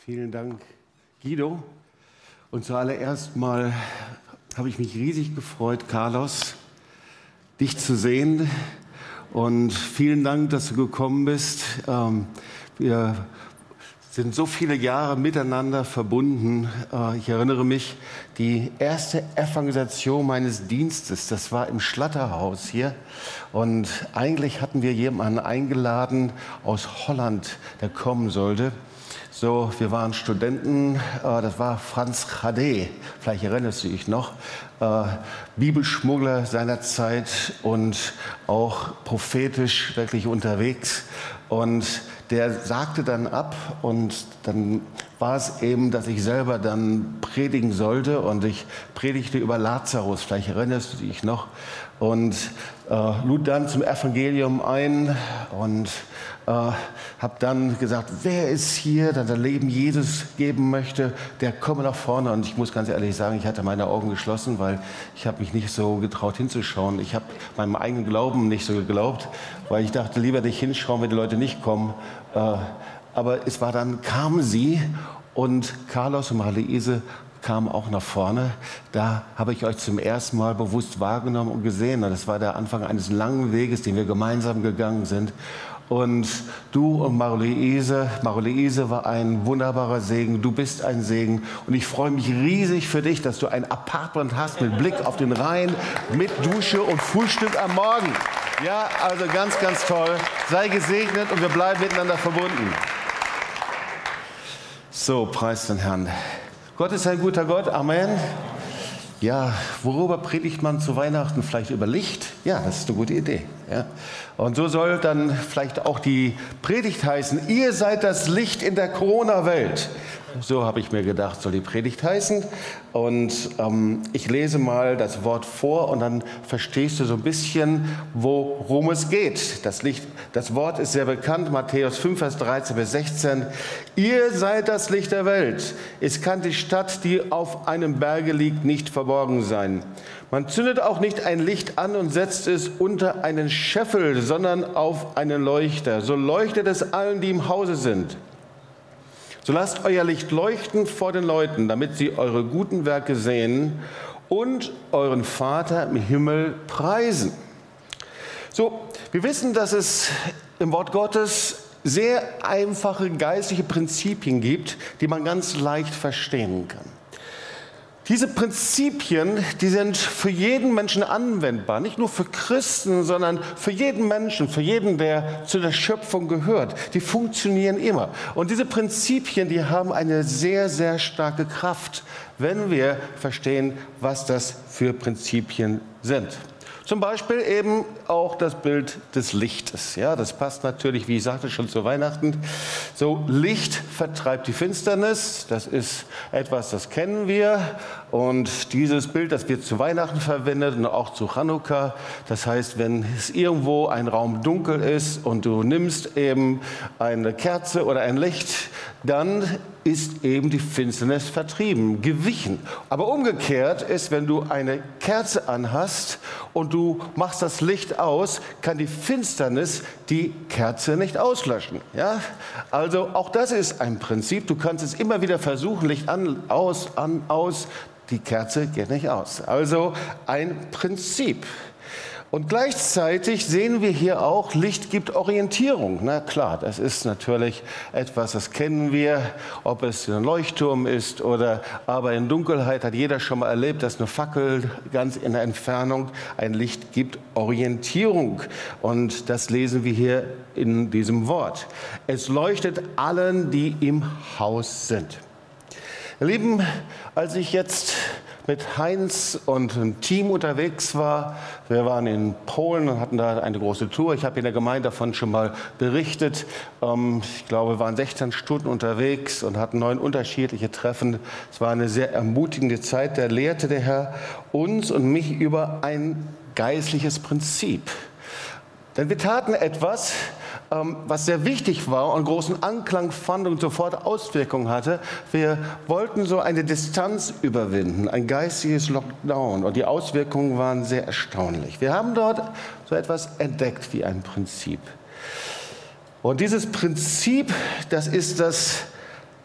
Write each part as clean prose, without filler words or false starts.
Vielen Dank, Guido. Und zuallererst mal habe ich mich riesig gefreut, Carlos, dich zu sehen. Und vielen Dank, dass du gekommen bist. Wir sind so viele Jahre miteinander verbunden. Ich erinnere mich, die erste Evangelisation meines Dienstes, das war im Schlatterhaus hier. Und eigentlich hatten wir jemanden eingeladen aus Holland, der kommen sollte. So, wir waren Studenten, das war Franz Chade, vielleicht erinnerst du dich noch, Bibelschmuggler seiner Zeit und auch prophetisch wirklich unterwegs. Und der sagte dann ab und dann war es eben, dass ich selber dann predigen sollte und ich predigte über Lazarus, vielleicht erinnerst du dich noch, und lud dann zum Evangelium ein und habe dann gesagt, wer ist hier, der sein Leben Jesus geben möchte, der komme nach vorne. Und ich muss ganz ehrlich sagen, ich hatte meine Augen geschlossen, weil ich habe mich nicht so getraut hinzuschauen. Ich habe meinem eigenen Glauben nicht so geglaubt, weil ich dachte, lieber nicht hinschauen, wenn die Leute nicht kommen. Aber es war dann, kamen sie und Carlos und Marie-Louise kamen auch nach vorne. Da habe ich euch zum ersten Mal bewusst wahrgenommen und gesehen. Und das war der Anfang eines langen Weges, den wir gemeinsam gegangen sind. Und du und Marie-Louise war ein wunderbarer Segen, du bist ein Segen und ich freue mich riesig für dich, dass du ein Apartment hast mit Blick auf den Rhein, mit Dusche und Frühstück am Morgen. Ja, also ganz, ganz toll. Sei gesegnet und wir bleiben miteinander verbunden. So, preis den Herrn. Gott ist ein guter Gott, Amen. Ja, worüber predigt man zu Weihnachten? Vielleicht über Licht? Ja, das ist eine gute Idee. Ja. Und so soll dann vielleicht auch die Predigt heißen, ihr seid das Licht in der Corona-Welt. So habe ich mir gedacht, soll die Predigt heißen. Und ich lese mal das Wort vor und dann verstehst du so ein bisschen, worum es geht. Das Wort ist sehr bekannt, Matthäus 5, Vers 13 bis 16. Ihr seid das Licht der Welt. Es kann die Stadt, die auf einem Berge liegt, nicht verborgen sein. Man zündet auch nicht ein Licht an und setzt es unter einen Scheffel, sondern auf einen Leuchter. So leuchtet es allen, die im Hause sind. So lasst euer Licht leuchten vor den Leuten, damit sie eure guten Werke sehen und euren Vater im Himmel preisen. So, wir wissen, dass es im Wort Gottes sehr einfache geistliche Prinzipien gibt, die man ganz leicht verstehen kann. Diese Prinzipien, die sind für jeden Menschen anwendbar, nicht nur für Christen, sondern für jeden Menschen, für jeden, der zu der Schöpfung gehört. Die funktionieren immer. Und diese Prinzipien, die haben eine sehr, sehr starke Kraft, wenn wir verstehen, was das für Prinzipien sind. Zum Beispiel eben auch das Bild des Lichtes. Ja, das passt natürlich, wie ich sagte, schon zu Weihnachten. So, Licht vertreibt die Finsternis. Das ist etwas, das kennen wir. Und dieses Bild, das wird zu Weihnachten verwendet und auch zu Chanukka. Das heißt, wenn es irgendwo ein Raum dunkel ist und du nimmst eben eine Kerze oder ein Licht, dann ist eben die Finsternis vertrieben, gewichen. Aber umgekehrt ist, wenn du eine Kerze anhast und du machst das Licht aus, kann die Finsternis die Kerze nicht auslöschen. Ja? Also auch das ist ein Prinzip. Du kannst es immer wieder versuchen, Licht an, aus, die Kerze geht nicht aus. Also ein Prinzip. Und gleichzeitig sehen wir hier auch, Licht gibt Orientierung. Na klar, das ist natürlich etwas, das kennen wir, ob es ein Leuchtturm ist aber in Dunkelheit hat jeder schon mal erlebt, dass eine Fackel ganz in der Entfernung ein Licht gibt Orientierung. Und das lesen wir hier in diesem Wort. Es leuchtet allen, die im Haus sind. Ihr Lieben, als ich jetzt mit Heinz und einem Team unterwegs war. Wir waren in Polen und hatten da eine große Tour. Ich habe in der Gemeinde davon schon mal berichtet. Ich glaube, wir waren 16 Stunden unterwegs und hatten 9 unterschiedliche Treffen. Es war eine sehr ermutigende Zeit. Da lehrte der Herr uns und mich über ein geistliches Prinzip. Denn wir taten etwas, was sehr wichtig war und großen Anklang fand und sofort Auswirkungen hatte. Wir wollten so eine Distanz überwinden, ein geistiges Lockdown. Und die Auswirkungen waren sehr erstaunlich. Wir haben dort so etwas entdeckt wie ein Prinzip. Und dieses Prinzip, das ist das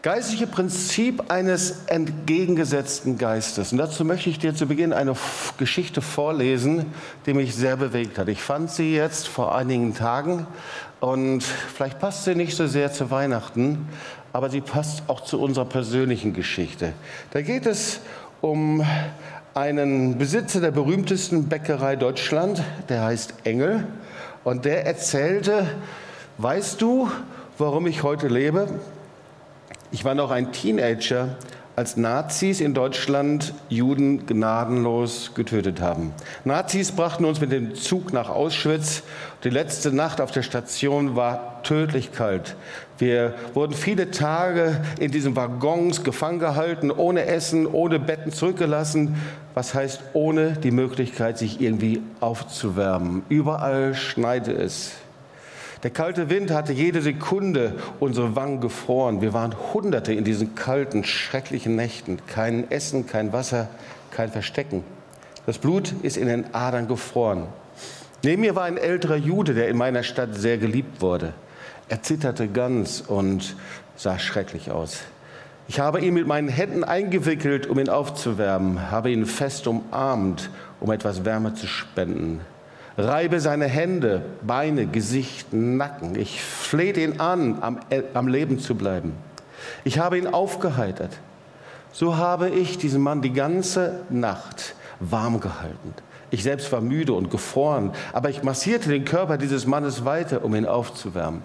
Geistliche Prinzip eines entgegengesetzten Geistes. Und dazu möchte ich dir zu Beginn eine Geschichte vorlesen, die mich sehr bewegt hat. Ich fand sie jetzt vor einigen Tagen und vielleicht passt sie nicht so sehr zu Weihnachten, aber sie passt auch zu unserer persönlichen Geschichte. Da geht es um einen Besitzer der berühmtesten Bäckerei Deutschland, der heißt Engel. Und der erzählte, weißt du, warum ich heute lebe? Ich war noch ein Teenager, als Nazis in Deutschland Juden gnadenlos getötet haben. Nazis brachten uns mit dem Zug nach Auschwitz. Die letzte Nacht auf der Station war tödlich kalt. Wir wurden viele Tage in diesen Waggons gefangen gehalten, ohne Essen, ohne Betten zurückgelassen. Was heißt ohne die Möglichkeit, sich irgendwie aufzuwärmen. Überall schneite es. Der kalte Wind hatte jede Sekunde unsere Wangen gefroren. Wir waren Hunderte in diesen kalten, schrecklichen Nächten. Kein Essen, kein Wasser, kein Verstecken. Das Blut ist in den Adern gefroren. Neben mir war ein älterer Jude, der in meiner Stadt sehr geliebt wurde. Er zitterte ganz und sah schrecklich aus. Ich habe ihn mit meinen Händen eingewickelt, um ihn aufzuwärmen, habe ihn fest umarmt, um etwas Wärme zu spenden. Reibe seine Hände, Beine, Gesicht, Nacken. Ich flehte ihn an, am Leben zu bleiben. Ich habe ihn aufgeheitert. So habe ich diesen Mann die ganze Nacht warm gehalten. Ich selbst war müde und gefroren, aber ich massierte den Körper dieses Mannes weiter, um ihn aufzuwärmen.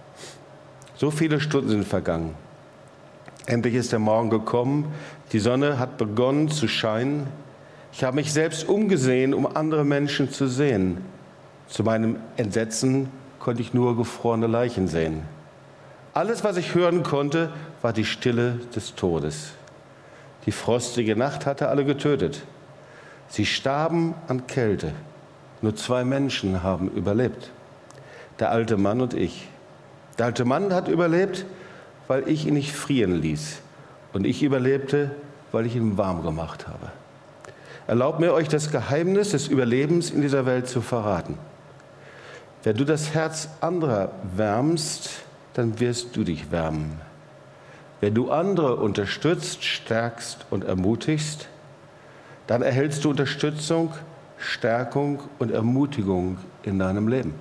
So viele Stunden sind vergangen. Endlich ist der Morgen gekommen. Die Sonne hat begonnen zu scheinen. Ich habe mich selbst umgesehen, um andere Menschen zu sehen. Zu meinem Entsetzen konnte ich nur gefrorene Leichen sehen. Alles, was ich hören konnte, war die Stille des Todes. Die frostige Nacht hatte alle getötet. Sie starben an Kälte. Nur 2 Menschen haben überlebt. Der alte Mann und ich. Der alte Mann hat überlebt, weil ich ihn nicht frieren ließ. Und ich überlebte, weil ich ihn warm gemacht habe. Erlaubt mir, euch das Geheimnis des Überlebens in dieser Welt zu verraten. Wenn du das Herz anderer wärmst, dann wirst du dich wärmen. Wenn du andere unterstützt, stärkst und ermutigst, dann erhältst du Unterstützung, Stärkung und Ermutigung in deinem Leben.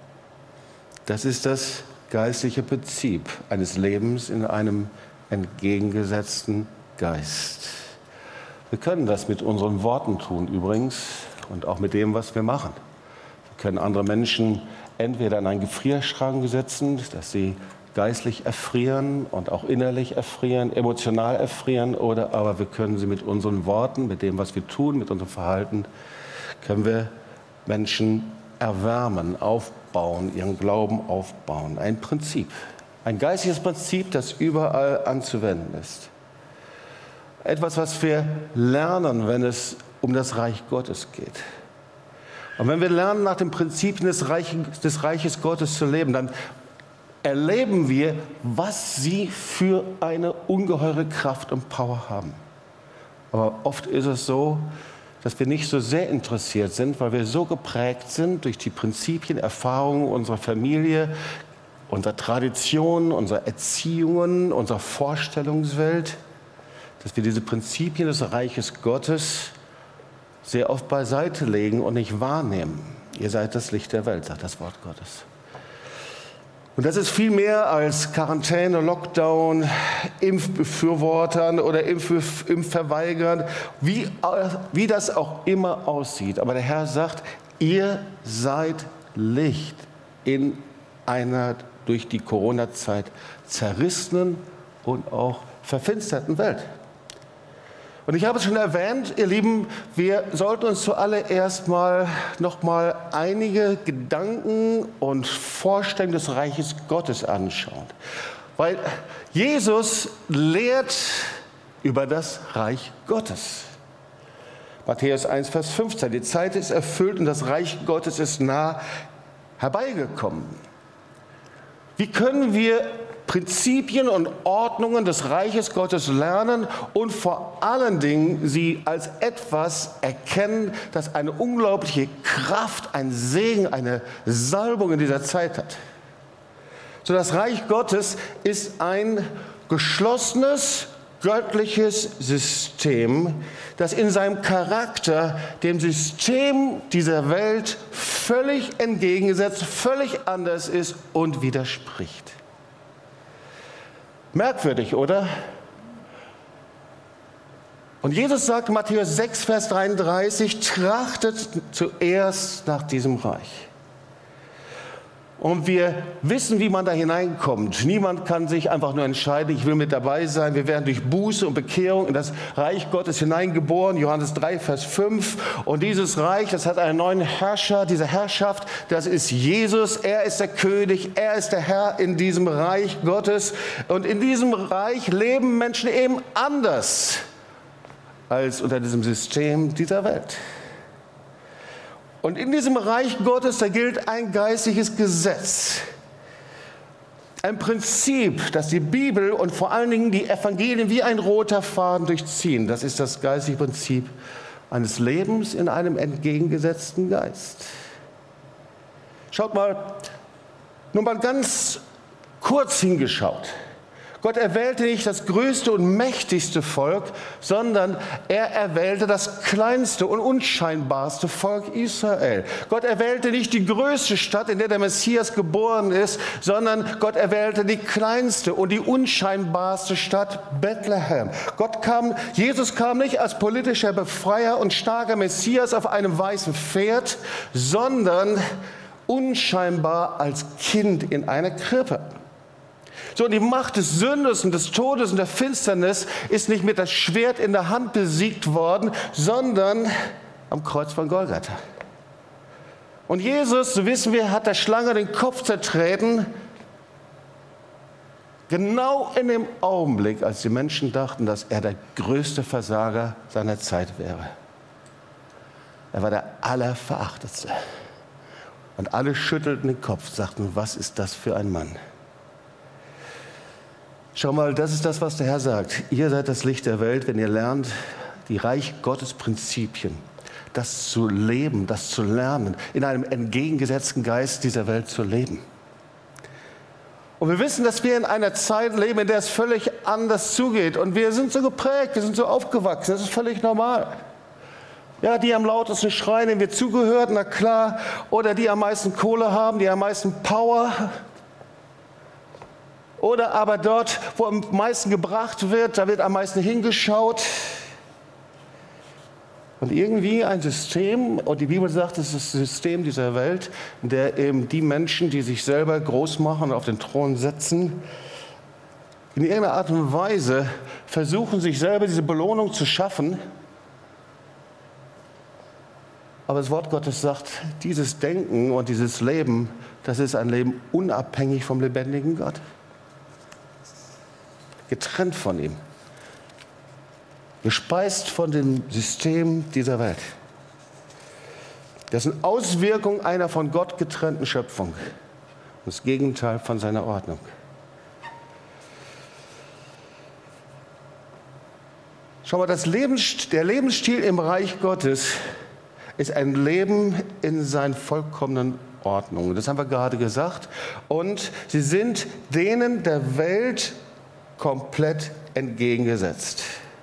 Das ist das geistliche Prinzip eines Lebens in einem entgegengesetzten Geist. Wir können das mit unseren Worten tun übrigens und auch mit dem, was wir machen. Wir können andere Menschen entweder in einen Gefrierschrank setzen, dass sie geistlich erfrieren und auch innerlich erfrieren, emotional erfrieren, aber wir können sie mit unseren Worten, mit dem, was wir tun, mit unserem Verhalten, können wir Menschen erwärmen, aufbauen, ihren Glauben aufbauen. Ein Prinzip, ein geistliches Prinzip, das überall anzuwenden ist. Etwas, was wir lernen, wenn es um das Reich Gottes geht. Und wenn wir lernen, nach den Prinzipien des Reiches Gottes zu leben, dann erleben wir, was sie für eine ungeheure Kraft und Power haben. Aber oft ist es so, dass wir nicht so sehr interessiert sind, weil wir so geprägt sind durch die Prinzipien, Erfahrungen unserer Familie, unserer Traditionen, unserer Erziehungen, unserer Vorstellungswelt, dass wir diese Prinzipien des Reiches Gottes sehr oft beiseite legen und nicht wahrnehmen. Ihr seid das Licht der Welt, sagt das Wort Gottes. Und das ist viel mehr als Quarantäne, Lockdown, Impfbefürwortern oder Impfverweigern, wie das auch immer aussieht. Aber der Herr sagt, ihr seid Licht in einer durch die Corona-Zeit zerrissenen und auch verfinsterten Welt. Und ich habe es schon erwähnt, ihr Lieben, wir sollten uns zuallererst noch mal einige Gedanken und Vorstellungen des Reiches Gottes anschauen. Weil Jesus lehrt über das Reich Gottes. Matthäus 1, Vers 15, die Zeit ist erfüllt und das Reich Gottes ist nah herbeigekommen. Wie können wir Prinzipien und Ordnungen des Reiches Gottes lernen und vor allen Dingen sie als etwas erkennen, das eine unglaubliche Kraft, ein Segen, eine Salbung in dieser Zeit hat? So, das Reich Gottes ist ein geschlossenes, göttliches System, das in seinem Charakter dem System dieser Welt völlig entgegengesetzt, völlig anders ist und widerspricht. Merkwürdig, oder? Und Jesus sagt in Matthäus 6, Vers 33, trachtet zuerst nach diesem Reich. Und wir wissen, wie man da hineinkommt. Niemand kann sich einfach nur entscheiden, ich will mit dabei sein. Wir werden durch Buße und Bekehrung in das Reich Gottes hineingeboren. Johannes 3, Vers 5. Und dieses Reich, das hat einen neuen Herrscher. Diese Herrschaft, das ist Jesus. Er ist der König. Er ist der Herr in diesem Reich Gottes. Und in diesem Reich leben Menschen eben anders als unter diesem System dieser Welt. Und in diesem Reich Gottes, da gilt ein geistliches Gesetz. Ein Prinzip, das die Bibel und vor allen Dingen die Evangelien wie ein roter Faden durchziehen. Das ist das geistliche Prinzip eines Lebens in einem entgegengesetzten Geist. Schaut mal, nur mal ganz kurz hingeschaut. Gott erwählte nicht das größte und mächtigste Volk, sondern er erwählte das kleinste und unscheinbarste Volk Israel. Gott erwählte nicht die größte Stadt, in der der Messias geboren ist, sondern Gott erwählte die kleinste und die unscheinbarste Stadt Bethlehem. Jesus kam nicht als politischer Befreier und starker Messias auf einem weißen Pferd, sondern unscheinbar als Kind in einer Krippe. So, und die Macht des Sündes und des Todes und der Finsternis ist nicht mit das Schwert in der Hand besiegt worden, sondern am Kreuz von Golgatha. Und Jesus, so wissen wir, hat der Schlange den Kopf zertreten, genau in dem Augenblick, als die Menschen dachten, dass er der größte Versager seiner Zeit wäre. Er war der Allerverachtetste. Und alle schüttelten den Kopf, sagten, was ist das für ein Mann? Schau mal, das ist das, was der Herr sagt. Ihr seid das Licht der Welt, wenn ihr lernt, die Reich Gottes Prinzipien, das zu leben, das zu lernen, in einem entgegengesetzten Geist dieser Welt zu leben. Und wir wissen, dass wir in einer Zeit leben, in der es völlig anders zugeht. Und wir sind so geprägt, wir sind so aufgewachsen, das ist völlig normal. Ja, die am lautesten schreien, denen wir zugehört, na klar. Oder die am meisten Kohle haben, die am meisten Power. Oder aber dort, wo am meisten gebracht wird, da wird am meisten hingeschaut. Und irgendwie ein System, und die Bibel sagt, es ist das System dieser Welt, in der eben die Menschen, die sich selber groß machen und auf den Thron setzen, in irgendeiner Art und Weise versuchen, sich selber diese Belohnung zu schaffen. Aber das Wort Gottes sagt, dieses Denken und dieses Leben, das ist ein Leben unabhängig vom lebendigen Gott. Getrennt von ihm. Gespeist von dem System dieser Welt. Das sind Auswirkungen einer von Gott getrennten Schöpfung. Das Gegenteil von seiner Ordnung. Schau mal, der Lebensstil im Reich Gottes ist ein Leben in seinen vollkommenen Ordnungen. Das haben wir gerade gesagt. Und sie sind denen der Welt komplett entgegengesetzt.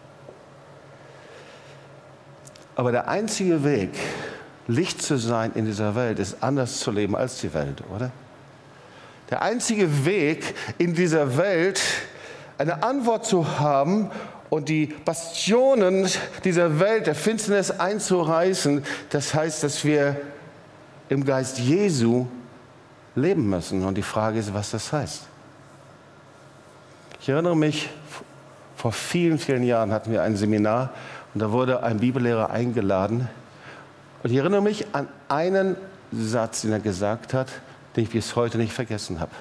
Aber der einzige Weg, Licht zu sein in dieser Welt, ist anders zu leben als die Welt, oder? Der einzige Weg in dieser Welt, eine Antwort zu haben und die Bastionen dieser Welt, der Finsternis einzureißen, das heißt, dass wir im Geist Jesu leben müssen. Und die Frage ist, was das heißt. Ich erinnere mich, vor vielen, vielen Jahren hatten wir ein Seminar und da wurde ein Bibellehrer eingeladen. Und ich erinnere mich an einen Satz, den er gesagt hat, den ich bis heute nicht vergessen habe.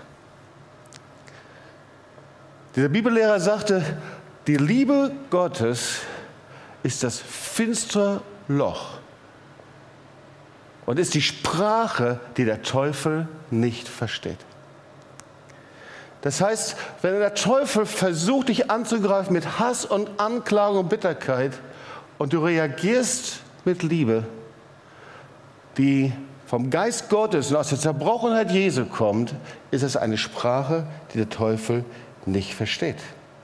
Dieser Bibellehrer sagte, die Liebe Gottes ist das finstere Loch und ist die Sprache, die der Teufel nicht versteht. Das heißt, wenn der Teufel versucht, dich anzugreifen mit Hass und Anklage und Bitterkeit und du reagierst mit Liebe, die vom Geist Gottes und aus der Zerbrochenheit Jesu kommt, ist es eine Sprache, die der Teufel nicht versteht.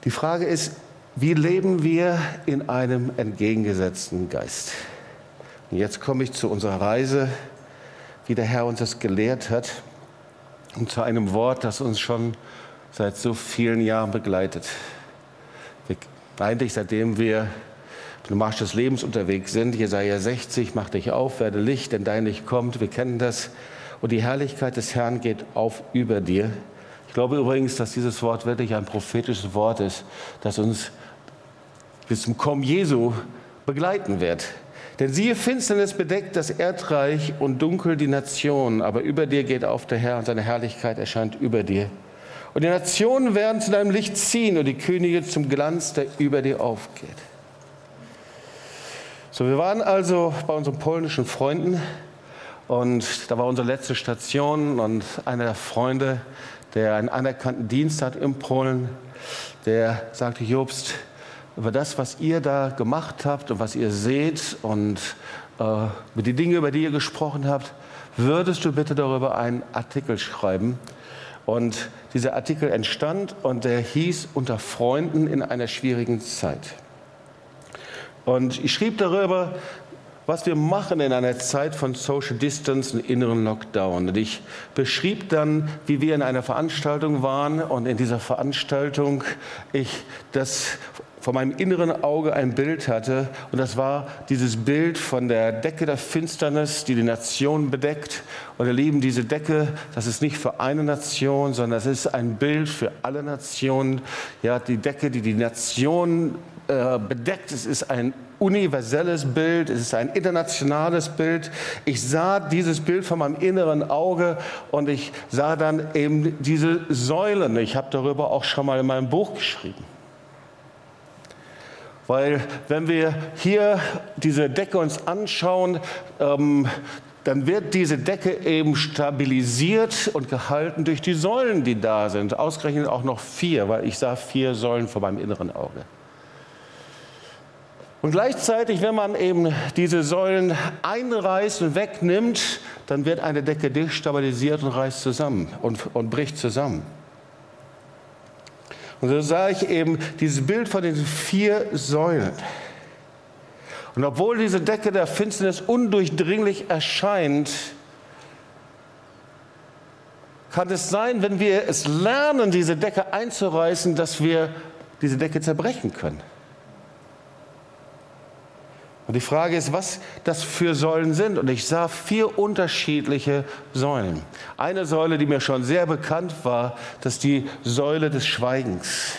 Die Frage ist, wie leben wir in einem entgegengesetzten Geist? Und jetzt komme ich zu unserer Reise, wie der Herr uns das gelehrt hat, und zu einem Wort, das uns schon seit so vielen Jahren begleitet. Eigentlich seitdem wir auf dem Marsch des Lebens unterwegs sind, Jesaja 60, mach dich auf, werde Licht, denn dein Licht kommt, wir kennen das. Und die Herrlichkeit des Herrn geht auf über dir. Ich glaube übrigens, dass dieses Wort wirklich ein prophetisches Wort ist, das uns bis zum Kommen Jesu begleiten wird. Denn siehe, Finsternis bedeckt das Erdreich und dunkel die Nationen, aber über dir geht auf der Herr und seine Herrlichkeit erscheint über dir. Und die Nationen werden zu deinem Licht ziehen und die Könige zum Glanz, der über dir aufgeht. So, wir waren also bei unseren polnischen Freunden und da war unsere letzte Station und einer der Freunde, der einen anerkannten Dienst hat in Polen, der sagte, Jobst, über das, was ihr da gemacht habt und was ihr seht und über die Dinge, über die ihr gesprochen habt, würdest du bitte darüber einen Artikel schreiben? Und dieser Artikel entstand und der hieß Unter Freunden in einer schwierigen Zeit. Und ich schrieb darüber, was wir machen in einer Zeit von Social Distance und inneren Lockdown. Und ich beschrieb dann, wie wir in einer Veranstaltung waren und in dieser Veranstaltung ich das vor meinem inneren Auge ein Bild hatte. Und das war dieses Bild von der Decke der Finsternis, die die Nation bedeckt. Und ihr Lieben, diese Decke, das ist nicht für eine Nation, sondern das ist ein Bild für alle Nationen. Ja, die Decke, die die Nation bedeckt. Es ist ein universelles Bild, es ist ein internationales Bild. Ich sah dieses Bild von meinem inneren Auge und ich sah dann eben diese Säulen. Ich habe darüber auch schon mal in meinem Buch geschrieben. Weil wenn wir hier diese Decke uns anschauen, dann wird diese Decke eben stabilisiert und gehalten durch die Säulen, die da sind. Ausgerechnet auch noch 4, weil ich sah 4 Säulen vor meinem inneren Auge. Und gleichzeitig, wenn man eben diese Säulen einreißt und wegnimmt, dann wird eine Decke destabilisiert und reißt zusammen und bricht zusammen. Und so sah ich eben dieses Bild von den 4 Säulen. Und obwohl diese Decke der Finsternis undurchdringlich erscheint, kann es sein, wenn wir es lernen, diese Decke einzureißen, dass wir diese Decke zerbrechen können. Und die Frage ist, was das für Säulen sind. Und ich sah 4 unterschiedliche Säulen. Eine Säule, die mir schon sehr bekannt war, das ist die Säule des Schweigens.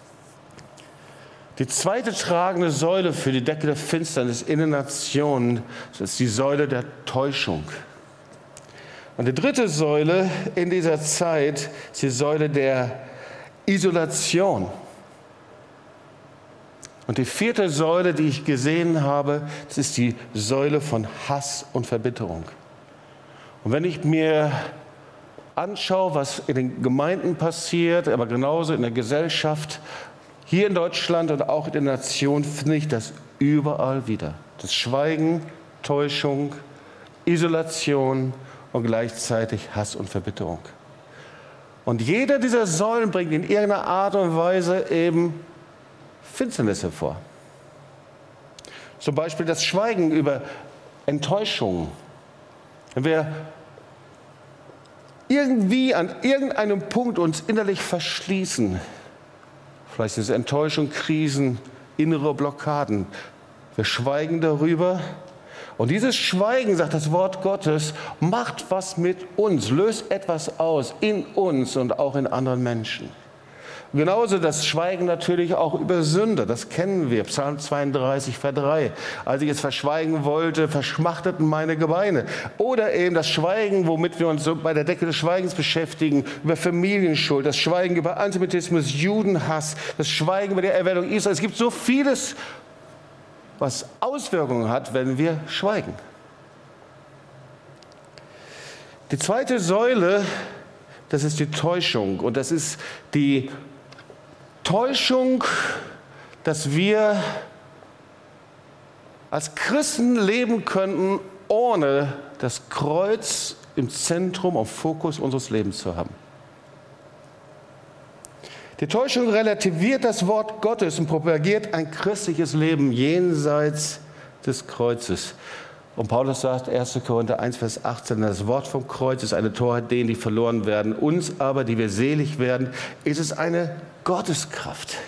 Die zweite tragende Säule für die Decke der Finsternis in den Nationen, das ist die Säule der Täuschung. Und die dritte Säule in dieser Zeit ist die Säule der Isolation. Und die 4. Säule, die ich gesehen habe, das ist die Säule von Hass und Verbitterung. Und wenn ich mir anschaue, was in den Gemeinden passiert, aber genauso in der Gesellschaft, hier in Deutschland und auch in der Nation, finde ich das überall wieder. Das Schweigen, Täuschung, Isolation und gleichzeitig Hass und Verbitterung. Und jeder dieser Säulen bringt in irgendeiner Art und Weise eben Finsternis hervor. Zum Beispiel das Schweigen über Enttäuschung. Wenn wir irgendwie an irgendeinem Punkt uns innerlich verschließen, vielleicht ist es Enttäuschung, Krisen, innere Blockaden, wir schweigen darüber. Und dieses Schweigen, sagt das Wort Gottes, macht was mit uns, löst etwas aus in uns und auch in anderen Menschen. Genauso das Schweigen natürlich auch über Sünde, das kennen wir, Psalm 32, Vers 3. Als ich es verschweigen wollte, verschmachteten meine Gebeine. Oder eben das Schweigen, womit wir uns so bei der Decke des Schweigens beschäftigen, über Familienschuld, das Schweigen über Antisemitismus, Judenhass, das Schweigen über die Erwählung Israels. Es gibt so vieles, was Auswirkungen hat, wenn wir schweigen. Die zweite Säule, das ist die Täuschung. Und das ist die Täuschung, dass wir als Christen leben könnten, ohne das Kreuz im Zentrum, im Fokus unseres Lebens zu haben. Die Täuschung relativiert das Wort Gottes und propagiert ein christliches Leben jenseits des Kreuzes. Und Paulus sagt, 1. Korinther 1, Vers 18, das Wort vom Kreuz ist eine Torheit denen, die verloren werden. Uns aber, die wir selig werden, ist es eine Gotteskraft.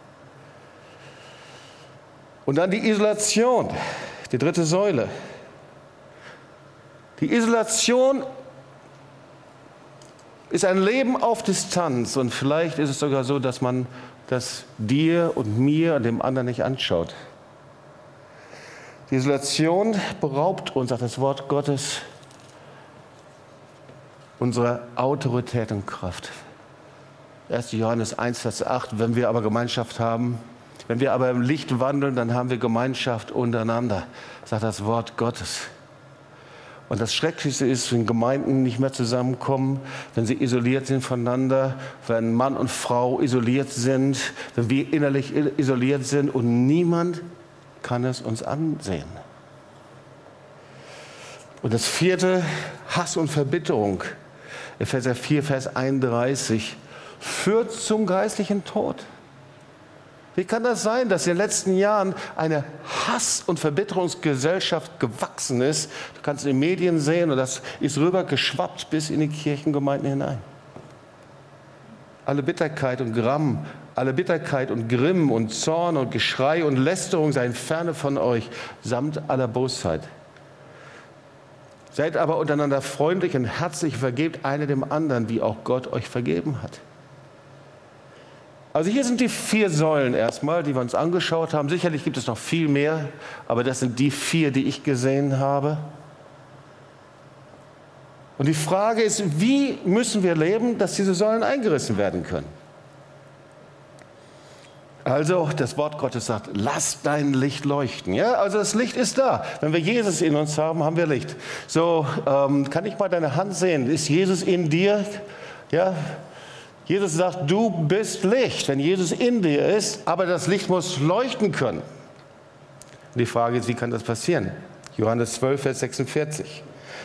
Und dann die Isolation, die dritte Säule. Die Isolation ist ein Leben auf Distanz. Und vielleicht ist es sogar so, dass man das dir und mir und dem anderen nicht anschaut. Die Isolation beraubt uns, sagt das Wort Gottes, unserer Autorität und Kraft. 1. Johannes 1, Vers 8, wenn wir aber Gemeinschaft haben, wenn wir aber im Licht wandeln, dann haben wir Gemeinschaft untereinander, sagt das Wort Gottes. Und das Schrecklichste ist, wenn Gemeinden nicht mehr zusammenkommen, wenn sie isoliert sind voneinander, wenn Mann und Frau isoliert sind, wenn wir innerlich isoliert sind und niemand kann es uns ansehen. Und das vierte, Hass und Verbitterung, Epheser 4, Vers 31, führt zum geistlichen Tod. Wie kann das sein, dass in den letzten Jahren eine Hass- und Verbitterungsgesellschaft gewachsen ist? Du kannst in den Medien sehen, und das ist rübergeschwappt bis in die Kirchengemeinden hinein. Alle Bitterkeit und Gram, alle Bitterkeit und Grimm und Zorn und Geschrei und Lästerung seien ferne von euch, samt aller Bosheit. Seid aber untereinander freundlich und herzlich, vergebt einer dem anderen, wie auch Gott euch vergeben hat. Also hier sind die 4 Säulen erstmal, die wir uns angeschaut haben. Sicherlich gibt es noch viel mehr, aber das sind die 4, die ich gesehen habe. Und die Frage ist, wie müssen wir leben, dass diese Säulen eingerissen werden können? Also das Wort Gottes sagt, lass dein Licht leuchten. Ja, also das Licht ist da. Wenn wir Jesus in uns haben, haben wir Licht. So, kann ich mal deine Hand sehen? Ist Jesus in dir? Ja. Jesus sagt, du bist Licht, wenn Jesus in dir ist, aber das Licht muss leuchten können. Und die Frage ist, wie kann das passieren? Johannes 12, Vers 46.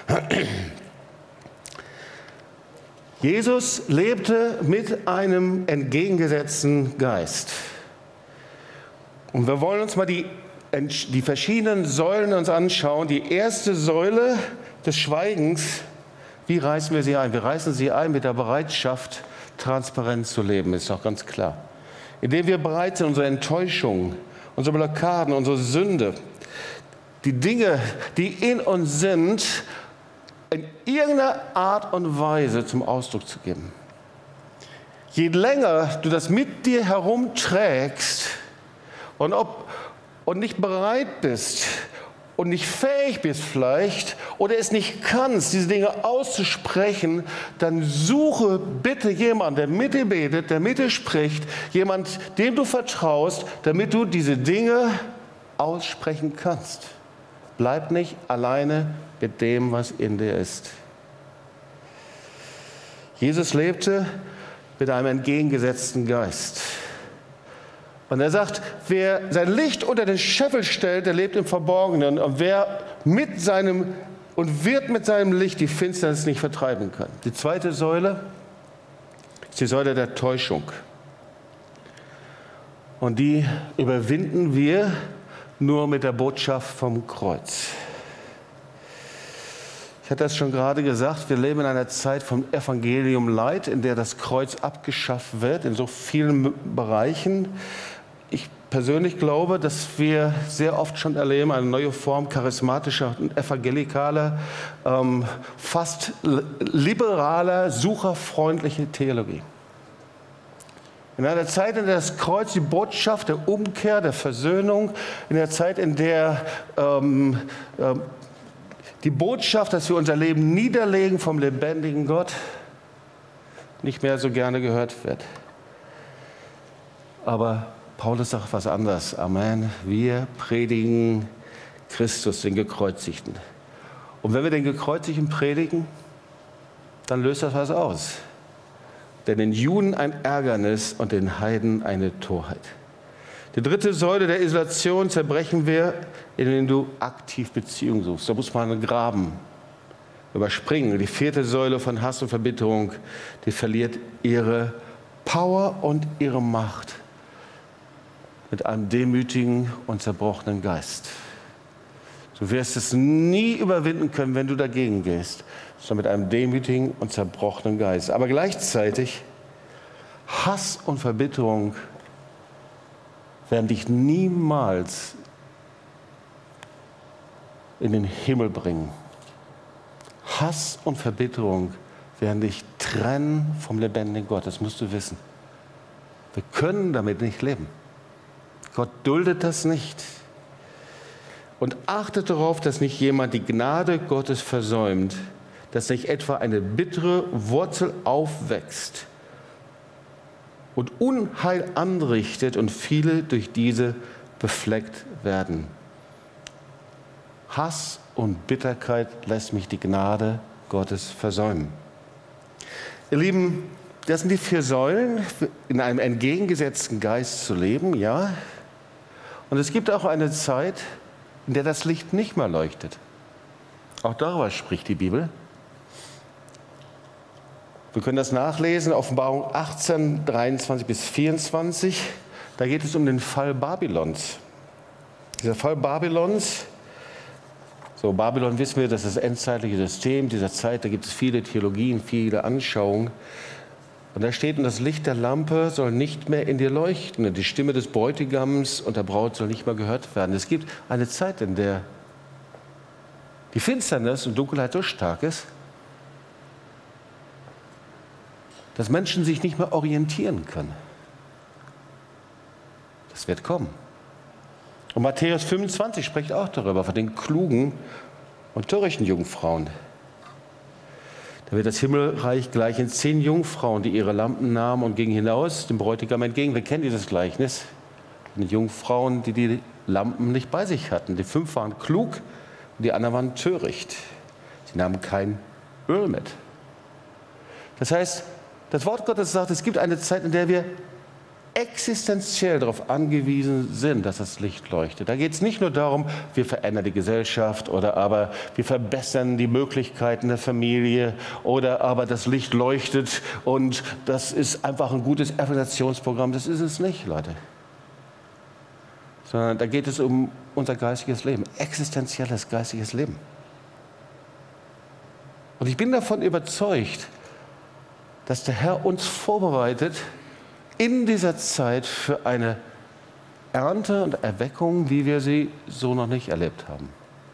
Jesus lebte mit einem entgegengesetzten Geist. Und wir wollen uns mal die verschiedenen Säulen uns anschauen. Die erste Säule des Schweigens, wie reißen wir sie ein? Wir reißen sie ein mit der Bereitschaft, transparent zu leben, ist doch ganz klar. Indem wir bereit sind, unsere Enttäuschung, unsere Blockaden, unsere Sünde, die Dinge, die in uns sind, in irgendeiner Art und Weise zum Ausdruck zu geben. Je länger du das mit dir herumträgst und nicht bereit bist und nicht fähig bist vielleicht oder es nicht kannst, diese Dinge auszusprechen, dann suche bitte jemanden, der mit dir betet, der mit dir spricht, jemand, dem du vertraust, damit du diese Dinge aussprechen kannst. Bleib nicht alleine mit dem, was in dir ist. Jesus lebte mit einem entgegengesetzten Geist. Und er sagt, wer sein Licht unter den Scheffel stellt, der lebt im Verborgenen. Und wer wird mit seinem Licht die Finsternis nicht vertreiben können. Die zweite Säule ist die Säule der Täuschung. Und die überwinden wir nur mit der Botschaft vom Kreuz. Ich hatte das schon gerade gesagt, wir leben in einer Zeit vom Evangelium Leid, in der das Kreuz abgeschafft wird, in so vielen Bereichen. Ich persönlich glaube, dass wir sehr oft schon erleben, eine neue Form charismatischer und evangelikaler, fast liberaler, sucherfreundlicher Theologie. In einer Zeit, in der das Kreuz die Botschaft der Umkehr, der Versöhnung, in der Zeit, in der die Botschaft, dass wir unser Leben niederlegen vom lebendigen Gott, nicht mehr so gerne gehört wird. Aber Paulus sagt was anderes. Amen. Wir predigen Christus, den Gekreuzigten. Und wenn wir den Gekreuzigten predigen, dann löst das was aus. Denn den Juden ein Ärgernis und den Heiden eine Torheit. Die dritte Säule der Isolation zerbrechen wir, indem du aktiv Beziehung suchst. Da muss man einen Graben überspringen. Die vierte Säule von Hass und Verbitterung, die verliert ihre Power und ihre Macht mit einem demütigen und zerbrochenen Geist. Du wirst es nie überwinden können, wenn du dagegen gehst, sondern mit einem demütigen und zerbrochenen Geist. Aber gleichzeitig Hass und Verbitterung werden dich niemals in den Himmel bringen. Hass und Verbitterung werden dich trennen vom lebendigen Gott. Das musst du wissen. Wir können damit nicht leben. Gott duldet das nicht. Und achtet darauf, dass nicht jemand die Gnade Gottes versäumt, dass nicht etwa eine bittere Wurzel aufwächst und Unheil anrichtet und viele durch diese befleckt werden. Hass und Bitterkeit lässt mich die Gnade Gottes versäumen. Ihr Lieben, das sind die 4 Säulen, in einem entgegengesetzten Geist zu leben, ja. Und es gibt auch eine Zeit, in der das Licht nicht mehr leuchtet. Auch darüber spricht die Bibel. Wir können das nachlesen, Offenbarung 18, 23 bis 24. Da geht es um den Fall Babylons. Dieser Fall Babylons, so Babylon wissen wir, das ist das endzeitliche System dieser Zeit, da gibt es viele Theologien, viele Anschauungen. Und da steht, und das Licht der Lampe soll nicht mehr in dir leuchten, und die Stimme des Bräutigams und der Braut soll nicht mehr gehört werden. Es gibt eine Zeit, in der die Finsternis und Dunkelheit so stark ist, dass Menschen sich nicht mehr orientieren können. Das wird kommen. Und Matthäus 25 spricht auch darüber, von den klugen und törichten Jungfrauen. Da wird das Himmelreich gleich in 10 Jungfrauen, die ihre Lampen nahmen und gingen hinaus, dem Bräutigam entgegen. Wir kennen dieses Gleichnis. Die Jungfrauen, die die Lampen nicht bei sich hatten. Die 5 waren klug und die anderen waren töricht. Sie nahmen kein Öl mit. Das heißt, das Wort Gottes sagt, es gibt eine Zeit, in der wir existenziell darauf angewiesen sind, dass das Licht leuchtet. Da geht es nicht nur darum, wir verändern die Gesellschaft oder aber wir verbessern die Möglichkeiten der Familie oder aber das Licht leuchtet und das ist einfach ein gutes Evaluationsprogramm. Das ist es nicht, Leute. Sondern da geht es um unser geistiges Leben, existenzielles geistiges Leben. Und ich bin davon überzeugt, dass der Herr uns vorbereitet in dieser Zeit für eine Ernte und Erweckung, wie wir sie so noch nicht erlebt haben.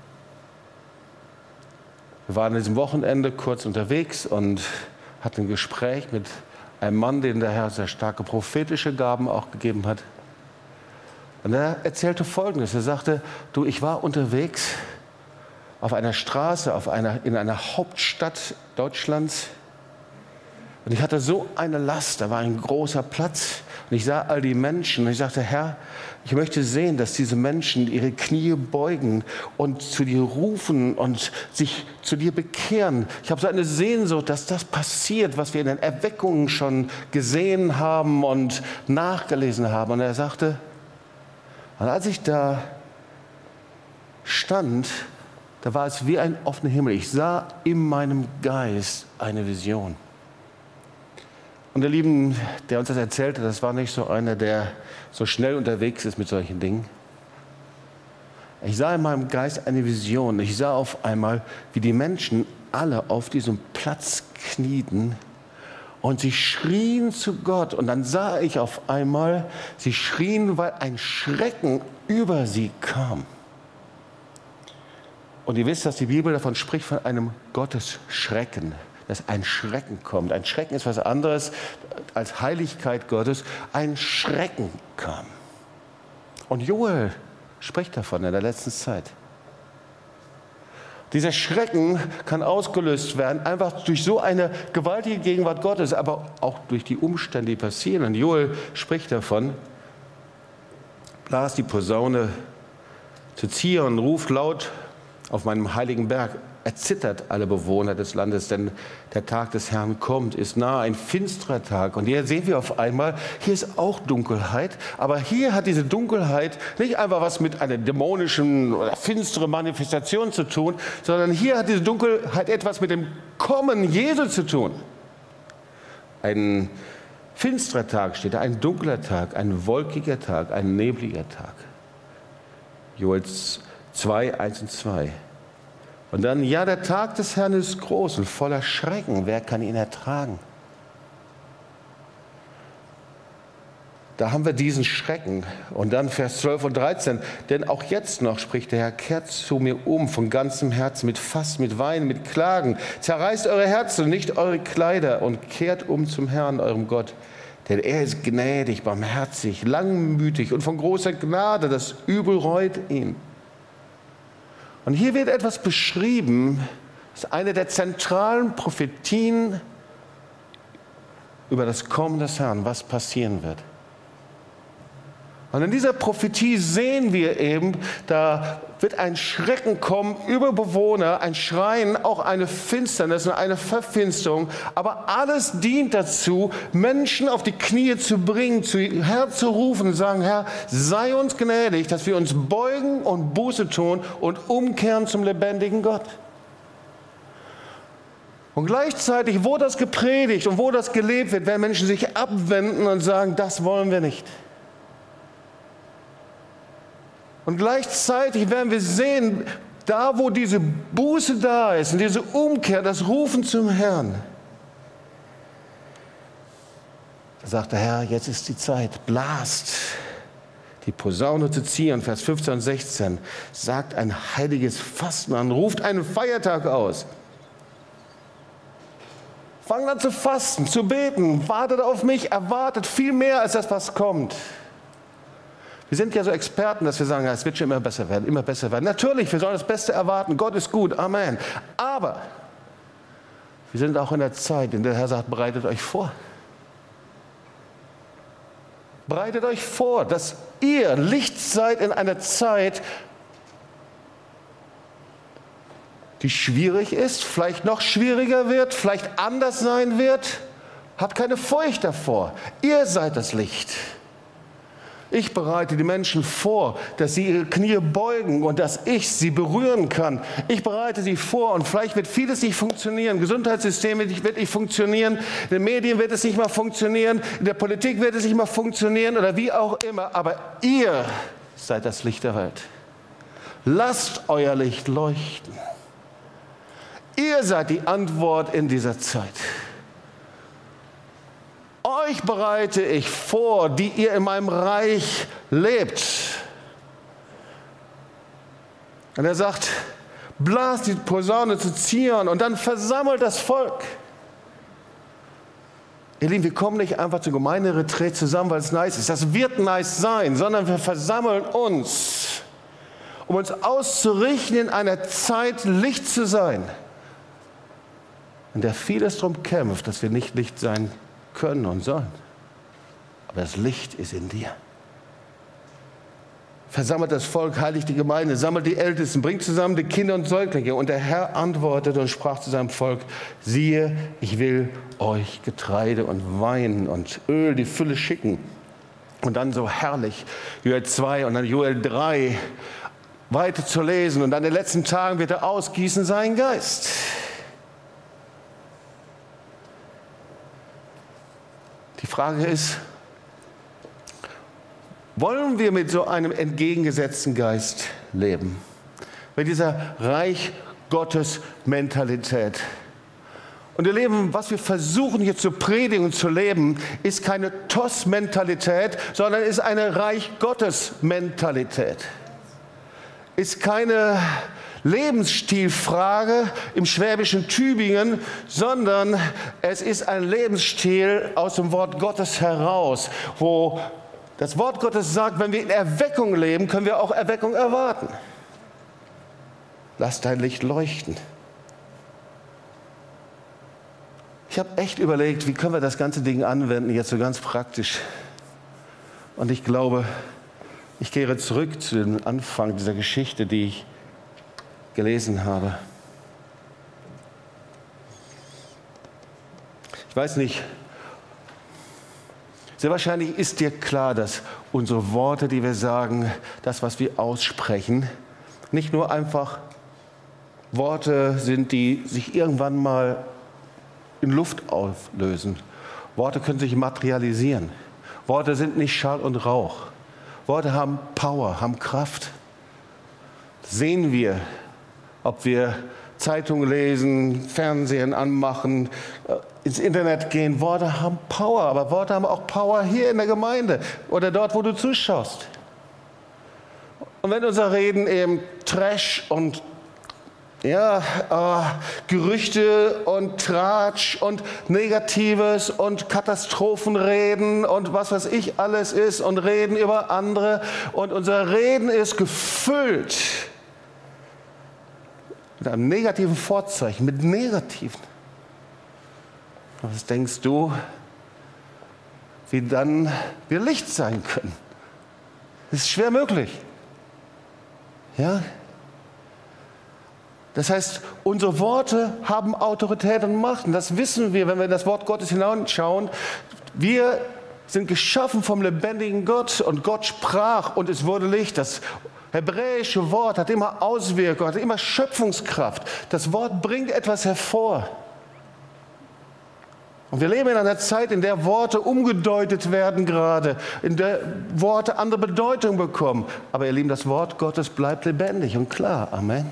Wir waren an diesem Wochenende kurz unterwegs und hatten ein Gespräch mit einem Mann, den der Herr sehr starke prophetische Gaben auch gegeben hat. Und er erzählte Folgendes. Er sagte, du, ich war unterwegs auf einer Straße, in einer Hauptstadt Deutschlands. Und ich hatte so eine Last, da war ein großer Platz und ich sah all die Menschen und ich sagte, Herr, ich möchte sehen, dass diese Menschen ihre Knie beugen und zu dir rufen und sich zu dir bekehren. Ich habe so eine Sehnsucht, dass das passiert, was wir in den Erweckungen schon gesehen haben und nachgelesen haben. Und er sagte, und als ich da stand, da war es wie ein offener Himmel. Ich sah in meinem Geist eine Vision. Und der Lieben, der uns das erzählte, das war nicht so einer, der so schnell unterwegs ist mit solchen Dingen. Ich sah in meinem Geist eine Vision. Ich sah auf einmal, wie die Menschen alle auf diesem Platz knieten und sie schrien zu Gott. Und dann sah ich auf einmal, sie schrien, weil ein Schrecken über sie kam. Und ihr wisst, dass die Bibel davon spricht, von einem Gottesschrecken. Dass ein Schrecken kommt. Ein Schrecken ist was anderes als Heiligkeit Gottes. Ein Schrecken kam. Und Joel spricht davon in der letzten Zeit. Dieser Schrecken kann ausgelöst werden, einfach durch so eine gewaltige Gegenwart Gottes, aber auch durch die Umstände, die passieren. Und Joel spricht davon, blas die Posaune zu Zion, ruft laut auf meinem heiligen Berg. Erzittert alle Bewohner des Landes, denn der Tag des Herrn kommt, ist nahe, ein finsterer Tag. Und hier sehen wir auf einmal, hier ist auch Dunkelheit, aber hier hat diese Dunkelheit nicht einfach was mit einer dämonischen oder finsteren Manifestation zu tun, sondern hier hat diese Dunkelheit etwas mit dem Kommen Jesu zu tun. Ein Finsterer Tag steht da, ein dunkler Tag, ein wolkiger Tag, ein nebliger Tag. Joel 2, 1 und 2. Und dann, ja, der Tag des Herrn ist groß und voller Schrecken. Wer kann ihn ertragen? Da haben wir diesen Schrecken. Und dann Vers 12 und 13. Denn auch jetzt noch, spricht der Herr, kehrt zu mir um von ganzem Herzen, mit Fasten, mit Weinen, mit Klagen. Zerreißt eure Herzen, nicht eure Kleider und kehrt um zum Herrn, eurem Gott. Denn er ist gnädig, barmherzig, langmütig und von großer Gnade. Das Übel reut ihn. Und hier wird etwas beschrieben, das ist eine der zentralen Prophetien über das Kommen des Herrn, was passieren wird. Und in dieser Prophetie sehen wir eben, da wird ein Schrecken kommen über Bewohner, ein Schreien, auch eine Finsternis und eine Verfinsterung. Aber alles dient dazu, Menschen auf die Knie zu bringen, zu Herr zu rufen und sagen, Herr, sei uns gnädig, dass wir uns beugen und Buße tun und umkehren zum lebendigen Gott. Und gleichzeitig, wo das gepredigt und wo das gelebt wird, werden Menschen sich abwenden und sagen, das wollen wir nicht. Und gleichzeitig werden wir sehen, da wo diese Buße da ist und diese Umkehr, das Rufen zum Herrn, da sagt der Herr, jetzt ist die Zeit, blast die Posaune zu ziehen, Vers 15 und 16, sagt ein heiliges Fasten an, ruft einen Feiertag aus. Fangt an zu fasten, zu beten, wartet auf mich, erwartet viel mehr als das, was kommt. Wir sind ja so Experten, dass wir sagen, ja, es wird schon immer besser werden, immer besser werden. Natürlich, wir sollen das Beste erwarten. Gott ist gut, Amen. Aber wir sind auch in der Zeit, in der der Herr sagt, bereitet euch vor. Bereitet euch vor, dass ihr Licht seid in einer Zeit, die schwierig ist, vielleicht noch schwieriger wird, vielleicht anders sein wird. Habt keine Furcht davor. Ihr seid das Licht. Ich bereite die Menschen vor, dass sie ihre Knie beugen und dass ich sie berühren kann. Ich bereite sie vor und vielleicht wird vieles nicht funktionieren. Gesundheitssystem wird nicht funktionieren, in den Medien wird es nicht mal funktionieren, in der Politik wird es nicht mal funktionieren oder wie auch immer. Aber ihr seid das Licht der Welt. Lasst euer Licht leuchten. Ihr seid die Antwort in dieser Zeit. Euch bereite ich vor, die ihr in meinem Reich lebt. Und er sagt, blast die Posaune zu Zion und dann versammelt das Volk. Ihr Lieben, wir kommen nicht einfach zur Gemeinderetreat zusammen, weil es nice ist. Das wird nice sein, sondern wir versammeln uns, um uns auszurichten, in einer Zeit Licht zu sein, in der vieles darum kämpft, dass wir nicht Licht sein können und sollen. Aber das Licht ist in dir. Versammelt das Volk, heiligt die Gemeinde, sammelt die Ältesten, bringt zusammen die Kinder und Säuglinge. Und der Herr antwortete und sprach zu seinem Volk, siehe, ich will euch Getreide und Wein und Öl, die Fülle schicken. Und dann so herrlich, Joel 2 und dann Joel 3, weiter zu lesen. Und an den letzten Tagen wird er ausgießen seinen Geist. Die Frage ist, wollen wir mit so einem entgegengesetzten Geist leben? Mit dieser Reich Gottes Mentalität. Und ihr Leben, was wir versuchen hier zu predigen und zu leben, ist keine TOS-Mentalität, sondern ist eine Reich Gottes Mentalität. Ist keine Lebensstilfrage im schwäbischen Tübingen, sondern es ist ein Lebensstil aus dem Wort Gottes heraus, wo das Wort Gottes sagt, wenn wir in Erweckung leben, können wir auch Erweckung erwarten. Lass dein Licht leuchten. Ich habe echt überlegt, wie können wir das ganze Ding anwenden, jetzt so ganz praktisch. Und ich glaube, ich kehre zurück zu dem Anfang dieser Geschichte, die ich gelesen habe. Ich weiß nicht, sehr wahrscheinlich ist dir klar, dass unsere Worte, die wir sagen, das, was wir aussprechen, nicht nur einfach Worte sind, die sich irgendwann mal in Luft auflösen Worte können sich materialisieren. Worte sind nicht Schall und Rauch. Worte haben Power, haben Kraft. Das sehen wir, ob wir Zeitungen lesen, Fernsehen anmachen, ins Internet gehen. Worte haben Power, aber Worte haben auch Power hier in der Gemeinde oder dort, wo du zuschaust. Und wenn unser Reden eben Trash und Gerüchte und Tratsch und Negatives und Katastrophenreden und was weiß ich alles ist und Reden über andere und unser Reden ist gefüllt mit einem negativen Vorzeichen, mit negativen. Was denkst du, wie dann wir Licht sein können? Das ist schwer möglich. Ja? Das heißt, unsere Worte haben Autorität und Macht. Und das wissen wir, wenn wir in das Wort Gottes hineinschauen. Wir sind geschaffen vom lebendigen Gott und Gott sprach und es wurde Licht. Das hebräische Wort hat immer Auswirkungen, hat immer Schöpfungskraft. Das Wort bringt etwas hervor. Und wir leben in einer Zeit, in der Worte umgedeutet werden gerade, in der Worte andere Bedeutung bekommen. Aber ihr Lieben, das Wort Gottes bleibt lebendig und klar. Amen.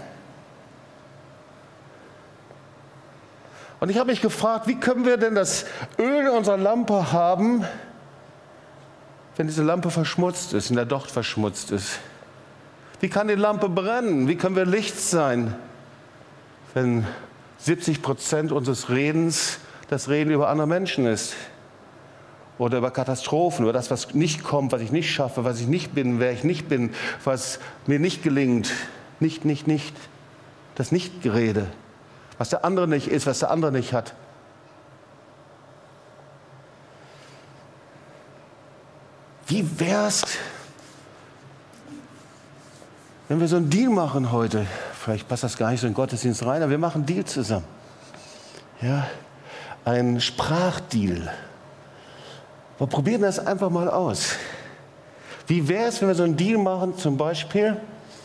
Und ich habe mich gefragt, wie können wir denn das Öl in unserer Lampe haben, wenn diese Lampe verschmutzt ist, in der Docht verschmutzt ist? Wie kann die Lampe brennen? Wie können wir Licht sein, wenn 70% unseres Redens das Reden über andere Menschen ist? Oder über Katastrophen, über das, was nicht kommt, was ich nicht schaffe, was ich nicht bin, wer ich nicht bin, was mir nicht gelingt. Nicht. Das Nichtgerede. Was der andere nicht ist, was der andere nicht hat. Wie wär's, wenn wir so einen Deal machen heute? Vielleicht passt das gar nicht so in den Gottesdienst rein, aber wir machen einen Deal zusammen. Ja, ein Sprachdeal. Wir probieren das einfach mal aus. Wie wäre es, wenn wir so einen Deal machen, zum Beispiel,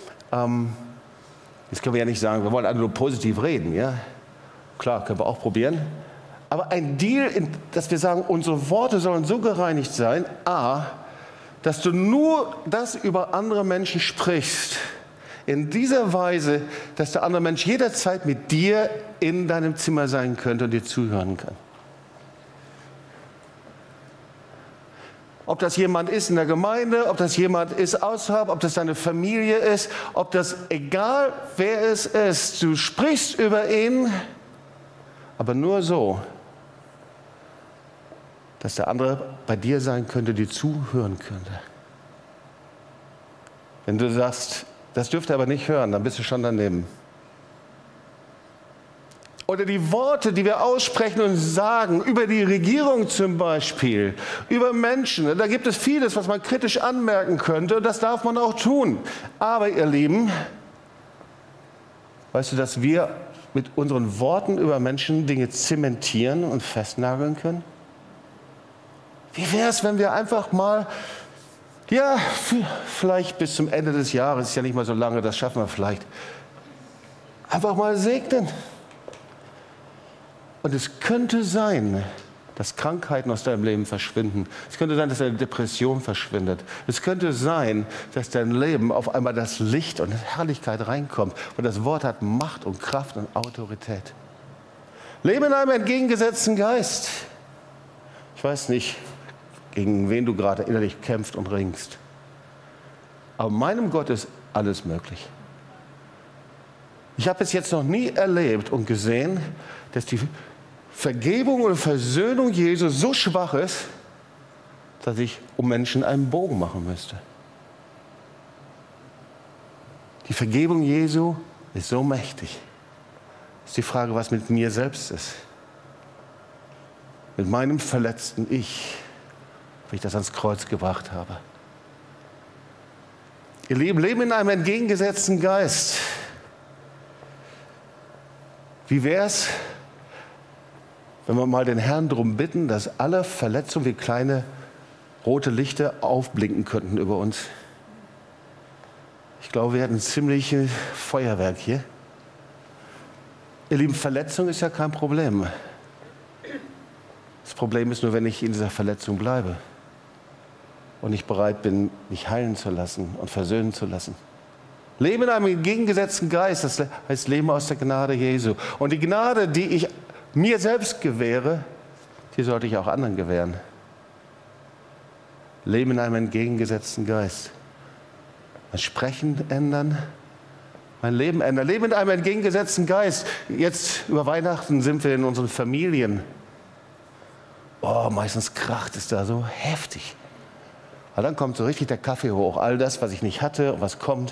jetzt können wir ja nicht sagen, wir wollen alle nur positiv reden, ja? Klar, können wir auch probieren. Aber ein Deal, dass wir sagen, unsere Worte sollen so gereinigt sein, dass du nur das über andere Menschen sprichst, in dieser Weise, dass der andere Mensch jederzeit mit dir in deinem Zimmer sein könnte und dir zuhören kann. Ob das jemand ist in der Gemeinde, ob das jemand ist außerhalb, ob das deine Familie ist, ob das, egal wer es ist, du sprichst über ihn, aber nur so, dass der andere bei dir sein könnte, dir zuhören könnte. Wenn du sagst, das dürft ihr aber nicht hören, dann bist du schon daneben. Oder die Worte, die wir aussprechen und sagen, über die Regierung zum Beispiel, über Menschen. Da gibt es vieles, was man kritisch anmerken könnte und das darf man auch tun. Aber ihr Lieben, weißt du, dass wir mit unseren Worten über Menschen Dinge zementieren und festnageln können? Wie wäre es, wenn wir einfach mal, ja, vielleicht bis zum Ende des Jahres, ist ja nicht mal so lange, das schaffen wir vielleicht, einfach mal segnen. Und es könnte sein, dass Krankheiten aus deinem Leben verschwinden. Es könnte sein, dass deine Depression verschwindet. Es könnte sein, dass dein Leben auf einmal das Licht und Herrlichkeit reinkommt. Und das Wort hat Macht und Kraft und Autorität. Lebe in einem entgegengesetzten Geist. Ich weiß nicht, gegen wen du gerade innerlich kämpfst und ringst. Aber meinem Gott ist alles möglich. Ich habe es jetzt noch nie erlebt und gesehen, dass die Vergebung und Versöhnung Jesu so schwach ist, dass ich um Menschen einen Bogen machen müsste. Die Vergebung Jesu ist so mächtig. Es ist die Frage, was mit mir selbst ist. Mit meinem verletzten Ich, wie ich das ans Kreuz gebracht habe. Ihr Lieben, leben in einem entgegengesetzten Geist. Wie wäre es, wenn wir mal den Herrn darum bitten, dass alle Verletzungen wie kleine rote Lichter aufblinken könnten über uns? Ich glaube, wir hätten ein ziemliches Feuerwerk hier. Ihr Lieben, Verletzung ist ja kein Problem. Das Problem ist nur, wenn ich in dieser Verletzung bleibe und nicht bereit bin, mich heilen zu lassen und versöhnen zu lassen. Leben in einem entgegengesetzten Geist, das heißt Leben aus der Gnade Jesu. Und die Gnade, die ich mir selbst gewähre, die sollte ich auch anderen gewähren. Leben in einem entgegengesetzten Geist. Mein Sprechen ändern, mein Leben ändern. Leben in einem entgegengesetzten Geist. Jetzt über Weihnachten sind wir in unseren Familien. Oh, meistens kracht es da so heftig. Aber dann kommt so richtig der Kaffee hoch. All das, was ich nicht hatte und was kommt.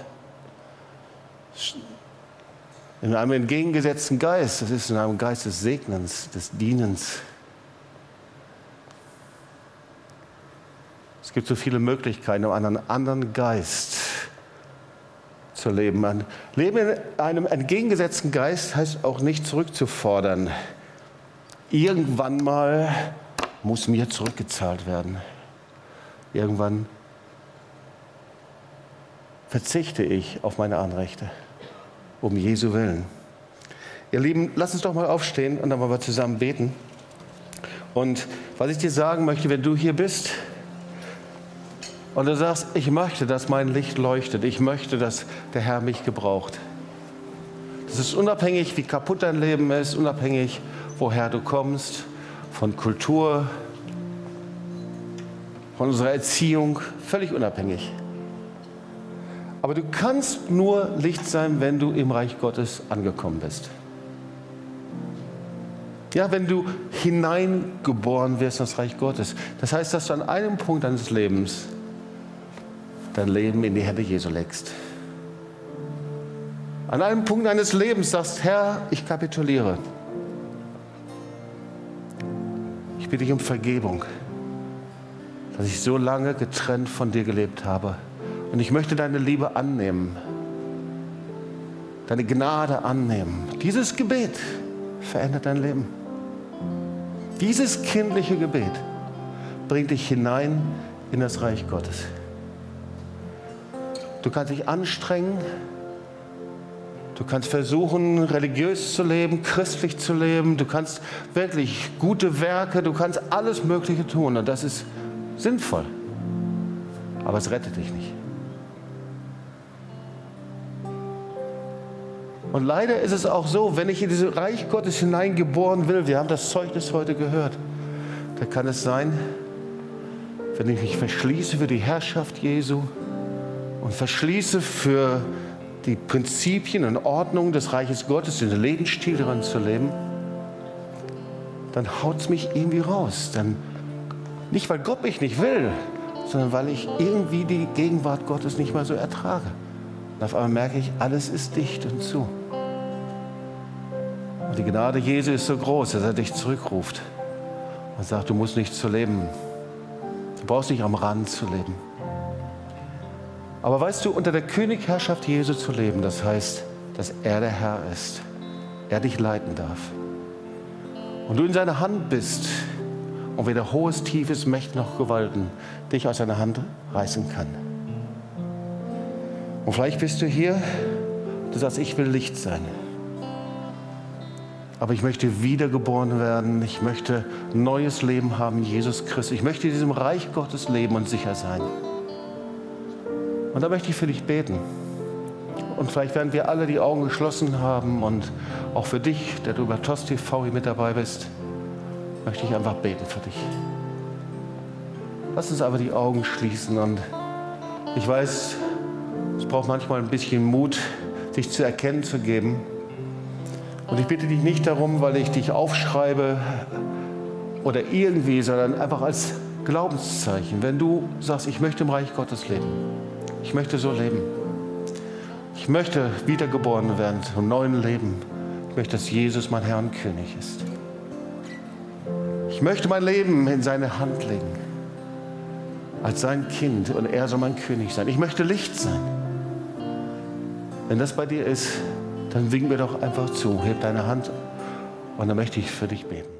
In einem entgegengesetzten Geist. Das ist in einem Geist des Segnens, des Dienens. Es gibt so viele Möglichkeiten, um einen anderen Geist zu leben. Ein Leben in einem entgegengesetzten Geist heißt auch nicht zurückzufordern. Irgendwann mal muss mir zurückgezahlt werden. Irgendwann verzichte ich auf meine Anrechte, um Jesu Willen. Ihr Lieben, lasst uns doch mal aufstehen und dann wollen wir zusammen beten. Und was ich dir sagen möchte, wenn du hier bist und du sagst, ich möchte, dass mein Licht leuchtet, ich möchte, dass der Herr mich gebraucht. Das ist unabhängig, wie kaputt dein Leben ist, unabhängig, woher du kommst, von Kultur, von unserer Erziehung, völlig unabhängig. Aber du kannst nur Licht sein, wenn du im Reich Gottes angekommen bist. Ja, wenn du hineingeboren wirst in das Reich Gottes. Das heißt, dass du an einem Punkt deines Lebens dein Leben in die Hände Jesu legst. An einem Punkt deines Lebens sagst, Herr, ich kapituliere. Ich bitte dich um Vergebung, dass ich so lange getrennt von dir gelebt habe. Und ich möchte deine Liebe annehmen, deine Gnade annehmen. Dieses Gebet verändert dein Leben. Dieses kindliche Gebet bringt dich hinein in das Reich Gottes. Du kannst dich anstrengen, du kannst versuchen, religiös zu leben, christlich zu leben, du kannst wirklich gute Werke, du kannst alles Mögliche tun und das ist sinnvoll, aber es rettet dich nicht. Und leider ist es auch so, wenn ich in dieses Reich Gottes hineingeboren will, wir haben das Zeugnis heute gehört, da kann es sein, wenn ich mich verschließe für die Herrschaft Jesu und verschließe für die Prinzipien und Ordnungen des Reiches Gottes, den Lebensstil daran zu leben, dann haut es mich irgendwie raus. Dann, nicht, weil Gott mich nicht will, sondern weil ich irgendwie die Gegenwart Gottes nicht mehr so ertrage. Und auf einmal merke ich, alles ist dicht und zu. Und die Gnade Jesu ist so groß, dass er dich zurückruft und sagt, du musst nicht so leben. Du brauchst nicht am Rand zu leben. Aber weißt du, unter der Königherrschaft Jesu zu leben, das heißt, dass er der Herr ist, er dich leiten darf. Und du in seiner Hand bist und weder hohes, tiefes, Mächte noch Gewalten dich aus seiner Hand reißen kann. Und vielleicht bist du hier, du sagst, ich will Licht sein. Aber ich möchte wiedergeboren werden, ich möchte ein neues Leben haben, Jesus Christus. Ich möchte in diesem Reich Gottes leben und sicher sein. Und da möchte ich für dich beten. Und vielleicht werden wir alle die Augen geschlossen haben und auch für dich, der du über TOS TV hier mit dabei bist, möchte ich einfach beten für dich. Lass uns aber die Augen schließen und ich weiß, es braucht manchmal ein bisschen Mut, sich zu erkennen zu geben. Und ich bitte dich nicht darum, weil ich dich aufschreibe oder irgendwie, sondern einfach als Glaubenszeichen. Wenn du sagst, ich möchte im Reich Gottes leben, ich möchte so leben, ich möchte wiedergeboren werden zum neuen Leben, ich möchte, dass Jesus mein Herr und König ist. Ich möchte mein Leben in seine Hand legen, als sein Kind und er soll mein König sein. Ich möchte Licht sein. Wenn das bei dir ist, dann wink mir doch einfach zu, heb deine Hand und dann möchte ich für dich beten.